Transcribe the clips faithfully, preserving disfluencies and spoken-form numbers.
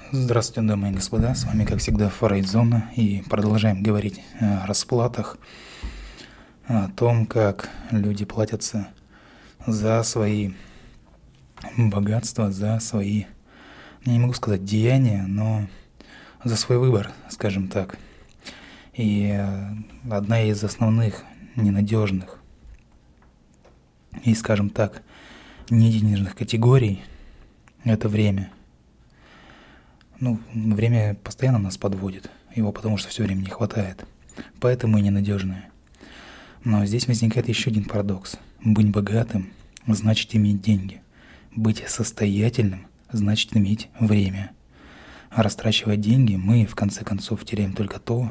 Здравствуйте, дамы и господа, с вами, как всегда, Форейт-зона, и продолжаем говорить о расплатах, о том, как люди платятся за свои богатства, за свои, я не могу сказать деяния, но за свой выбор, скажем так. И одна из основных ненадежных и, скажем так, неденежных категорий – это время. Ну, время постоянно нас подводит, его потому что все время не хватает, поэтому и ненадежное. Но здесь возникает еще один парадокс. Быть богатым – значит иметь деньги. Быть состоятельным – значит иметь время. А растрачивая деньги, мы в конце концов теряем только то,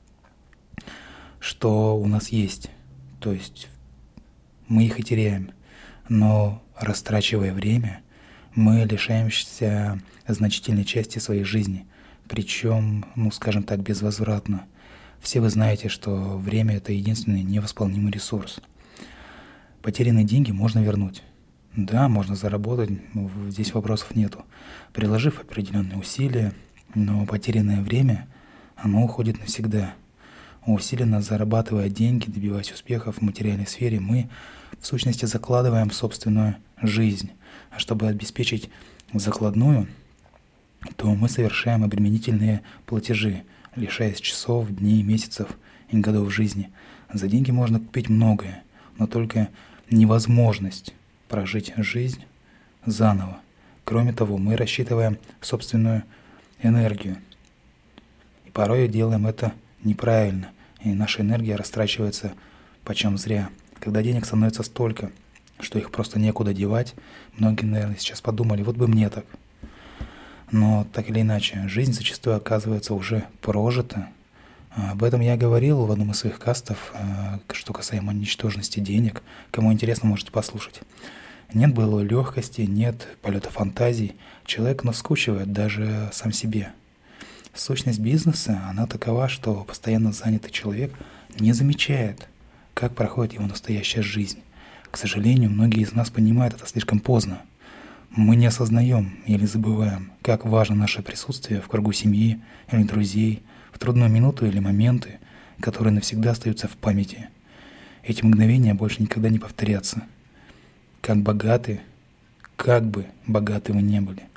что у нас есть. То есть мы их и теряем. Но растрачивая время, мы лишаемся значительной части своей жизни, причем, ну скажем так, безвозвратно. Все вы знаете, что время – это единственный невосполнимый ресурс. Потерянные деньги можно вернуть. Да, можно заработать, здесь вопросов нету, приложив определенные усилия, но потерянное время, оно уходит навсегда. Усиленно зарабатывая деньги, добиваясь успехов в материальной сфере, мы в сущности закладываем собственную жизнь. А чтобы обеспечить закладную, то мы совершаем обременительные платежи, лишаясь часов, дней, месяцев и годов жизни. За деньги можно купить многое, но только невозможность прожить жизнь заново. Кроме того, мы рассчитываем собственную энергию. И порой делаем это неправильно, и наша энергия растрачивается почем зря. Когда денег становится столько, что их просто некуда девать, многие, наверное, сейчас подумали, вот бы мне так. Но так или иначе, жизнь зачастую оказывается уже прожита. Об этом я говорил в одном из своих кастов, что касаемо ничтожности денег. Кому интересно, можете послушать. Нет былой легкости, нет полета фантазий. Человек наскучивает даже сам себе. Сущность бизнеса, она такова, что постоянно занятый человек не замечает, как проходит его настоящая жизнь. К сожалению, многие из нас понимают это слишком поздно. Мы не осознаем или забываем, как важно наше присутствие в кругу семьи или друзей, в трудную минуту или моменты, которые навсегда остаются в памяти. Эти мгновения больше никогда не повторятся. Как богаты, как бы богаты вы не были.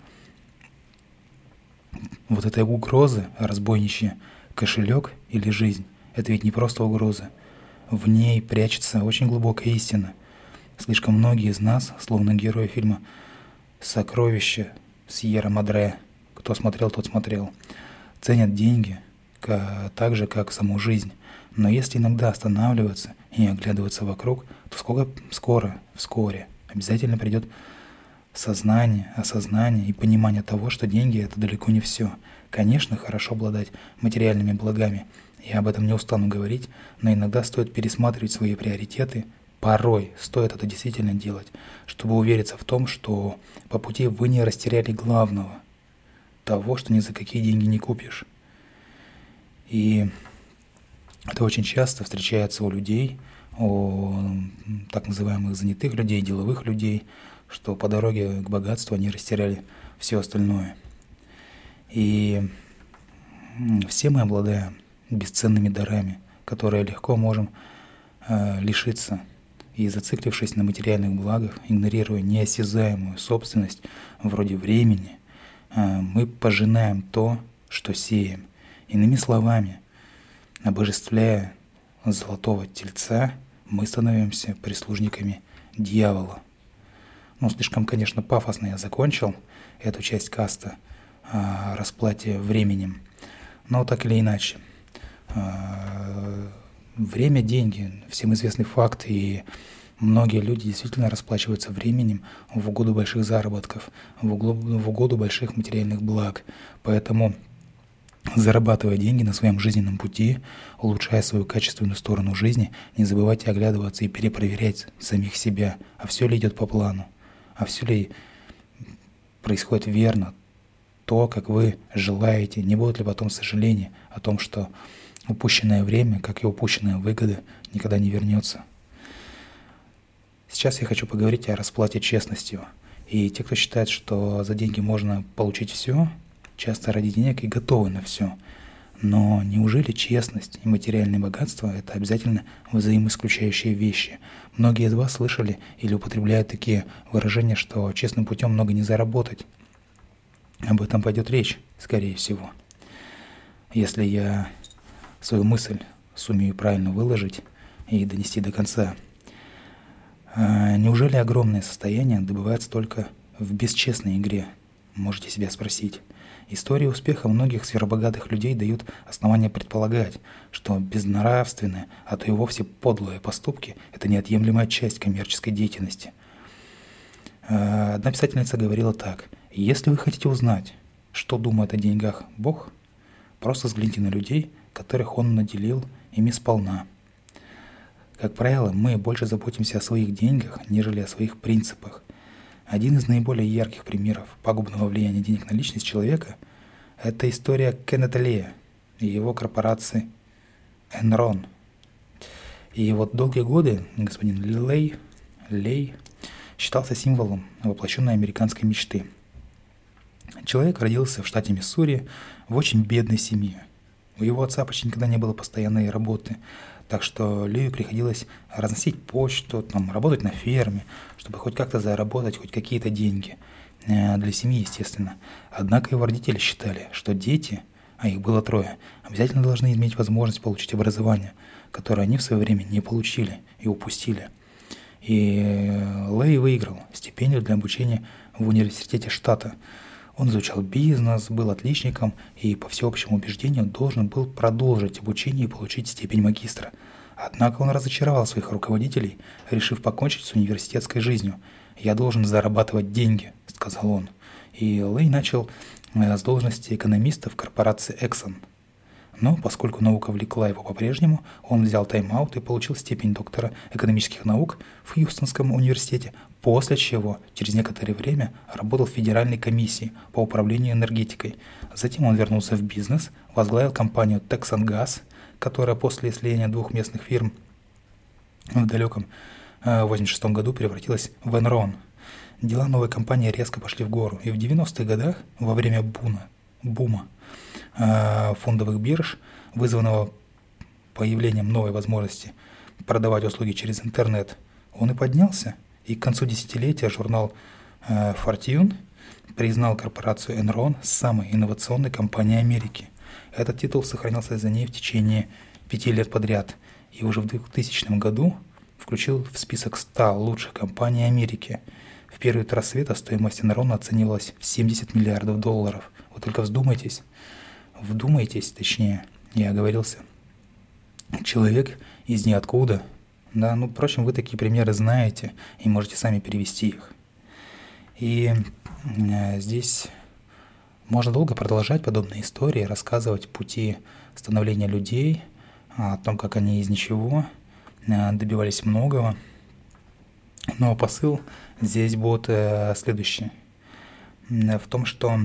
Вот эта угроза, разбойничий кошелек или жизнь, это ведь не просто угроза. В ней прячется очень глубокая истина. Слишком многие из нас, словно герои фильма «Сокровище» Сьерра Мадре, кто смотрел, тот смотрел, ценят деньги так же, как саму жизнь. Но если иногда останавливаться и оглядываться вокруг, то сколько, скоро, вскоре обязательно придет сознание, осознание и понимание того, что деньги – это далеко не все. Конечно, хорошо обладать материальными благами, я об этом не устану говорить, но иногда стоит пересматривать свои приоритеты. Порой стоит это действительно делать, чтобы увериться в том, что по пути вы не растеряли главного, того, что ни за какие деньги не купишь. И это очень часто встречается у людей, у так называемых занятых людей, деловых людей, что по дороге к богатству они растеряли все остальное. И все мы обладаем бесценными дарами, которые легко можем э, лишиться. И зациклившись на материальных благах, игнорируя неосязаемую собственность вроде времени, э, мы пожинаем то, что сеем. Иными словами, обожествляя золотого тельца, мы становимся прислужниками дьявола. Ну, слишком, конечно, пафосно я закончил эту часть каста о расплате временем. Но так или иначе, время – деньги, всем известный факт, и многие люди действительно расплачиваются временем в угоду больших заработков, в угоду, в угоду больших материальных благ. Поэтому, зарабатывая деньги на своем жизненном пути, улучшая свою качественную сторону жизни, не забывайте оглядываться и перепроверять самих себя, а все ли идет по плану, а все ли происходит верно, то, как вы желаете, не будет ли потом сожаления о том, что упущенное время, как и упущенная выгода, никогда не вернется. Сейчас я хочу поговорить о расплате честностью. И те, кто считает, что за деньги можно получить все, часто ради денег и готовы на все. Но неужели честность и материальное богатство – это обязательно взаимоисключающие вещи? Многие из вас слышали или употребляют такие выражения, что честным путем много не заработать. Об этом пойдет речь, скорее всего. Если я свою мысль сумею правильно выложить и донести до конца. А неужели огромное состояние добывается только в бесчестной игре? Можете себя спросить. Истории успеха многих сверхбогатых людей дают основания предполагать, что безнравственные, а то и вовсе подлые поступки – это неотъемлемая часть коммерческой деятельности. Одна писательница говорила так: «Если вы хотите узнать, что думает о деньгах Бог, просто взгляните на людей, которых Он наделил ими сполна». Как правило, мы больше заботимся о своих деньгах, нежели о своих принципах. Один из наиболее ярких примеров пагубного влияния денег на личность человека – это история Кеннета Лея и его корпорации Enron. И вот долгие годы господин Лей, Лей считался символом воплощенной американской мечты. Человек родился в штате Миссури в очень бедной семье. У его отца почти никогда не было постоянной работы, так что Лею приходилось разносить почту, там, работать на ферме, чтобы хоть как-то заработать хоть какие-то деньги. Для семьи, естественно. Однако его родители считали, что дети, а их было трое, обязательно должны иметь возможность получить образование, которое они в свое время не получили и упустили. И Лей выиграл стипендию для обучения в университете штата. Он изучал бизнес, был отличником и, по всеобщему убеждению, должен был продолжить обучение и получить степень магистра. Однако он разочаровал своих руководителей, решив покончить с университетской жизнью. «Я должен зарабатывать деньги», — сказал он. И Лей начал с должности экономиста в корпорации Exxon. Но поскольку наука влекла его по-прежнему, он взял тайм-аут и получил степень доктора экономических наук в Хьюстонском университете, после чего через некоторое время работал в Федеральной комиссии по управлению энергетикой. Затем он вернулся в бизнес, возглавил компанию Texan Gas, которая после слияния двух местных фирм в далеком восемьдесят шестом году превратилась в Enron. Дела новой компании резко пошли в гору, и в девяностых годах, во время буна, бума э, фондовых бирж, вызванного появлением новой возможности продавать услуги через интернет, он и поднялся, и к концу десятилетия журнал э, Fortune признал корпорацию Enron самой инновационной компанией Америки. Этот титул сохранялся за ней в течение пяти лет подряд, и уже в двухтысячном году включил в список ста лучших компаний Америки. В период рассвета стоимость Enron оценивалась в семьдесят миллиардов долларов. Вы только вздумайтесь, вдумайтесь, точнее, я оговорился. Человек из ниоткуда. Да, ну, впрочем, вы такие примеры знаете и можете сами перевести их. И э, здесь можно долго продолжать подобные истории, рассказывать пути становления людей, о том, как они из ничего э, добивались многого. Но посыл здесь будет э, следующий. В том, что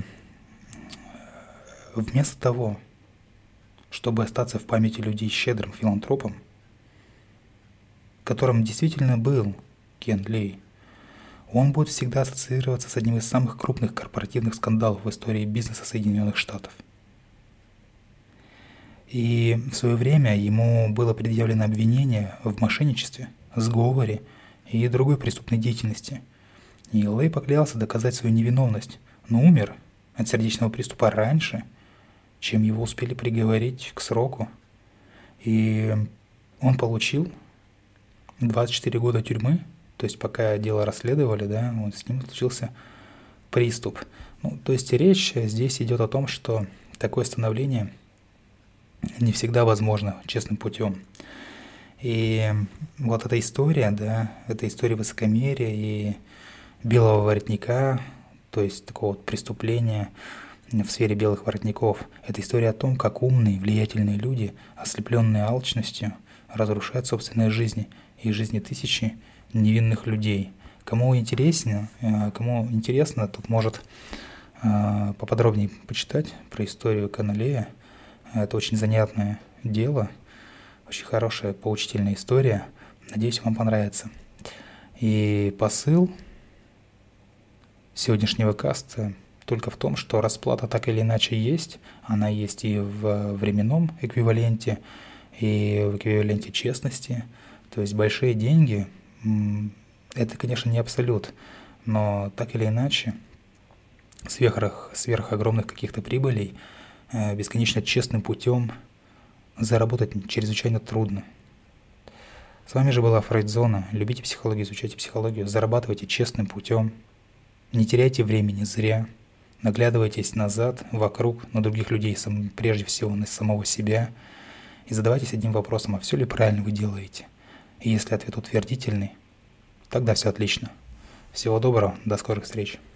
вместо того, чтобы остаться в памяти людей щедрым филантропом, которым действительно был Кен Лей, он будет всегда ассоциироваться с одним из самых крупных корпоративных скандалов в истории бизнеса Соединенных Штатов. И в свое время ему было предъявлено обвинение в мошенничестве, сговоре и другой преступной деятельности. И Лей поклялся доказать свою невиновность, но умер от сердечного приступа раньше, чем его успели приговорить к сроку. И он получил двадцать четыре года тюрьмы, то есть пока дело расследовали, да, вот с ним случился приступ. Ну, то есть речь здесь идет о том, что такое становление не всегда возможно честным путем. И вот эта история, да, это история высокомерия и белого воротника, то есть такого вот преступления в сфере белых воротников. Это история о том, как умные, влиятельные люди, ослепленные алчностью, разрушают собственные жизни и жизни тысячи невинных людей. Кому интересно, кому интересно, тот может поподробнее почитать про историю Кена Лея. Это очень занятное дело, очень хорошая, поучительная история. Надеюсь, вам понравится. И посыл сегодняшнего каста только в том, что расплата так или иначе есть. Она есть и в временном эквиваленте, и в эквиваленте честности. То есть большие деньги – это, конечно, не абсолют, но так или иначе сверх, сверх огромных каких-то прибылей бесконечно честным путем заработать чрезвычайно трудно. С вами же была Фрейд-зона. Любите психологию, изучайте психологию, зарабатывайте честным путем. Не теряйте времени зря. Наглядывайтесь назад, вокруг, на других людей, сам, прежде всего на самого себя. И задавайтесь одним вопросом: а все ли правильно вы делаете? И если ответ утвердительный, тогда все отлично. Всего доброго, до скорых встреч.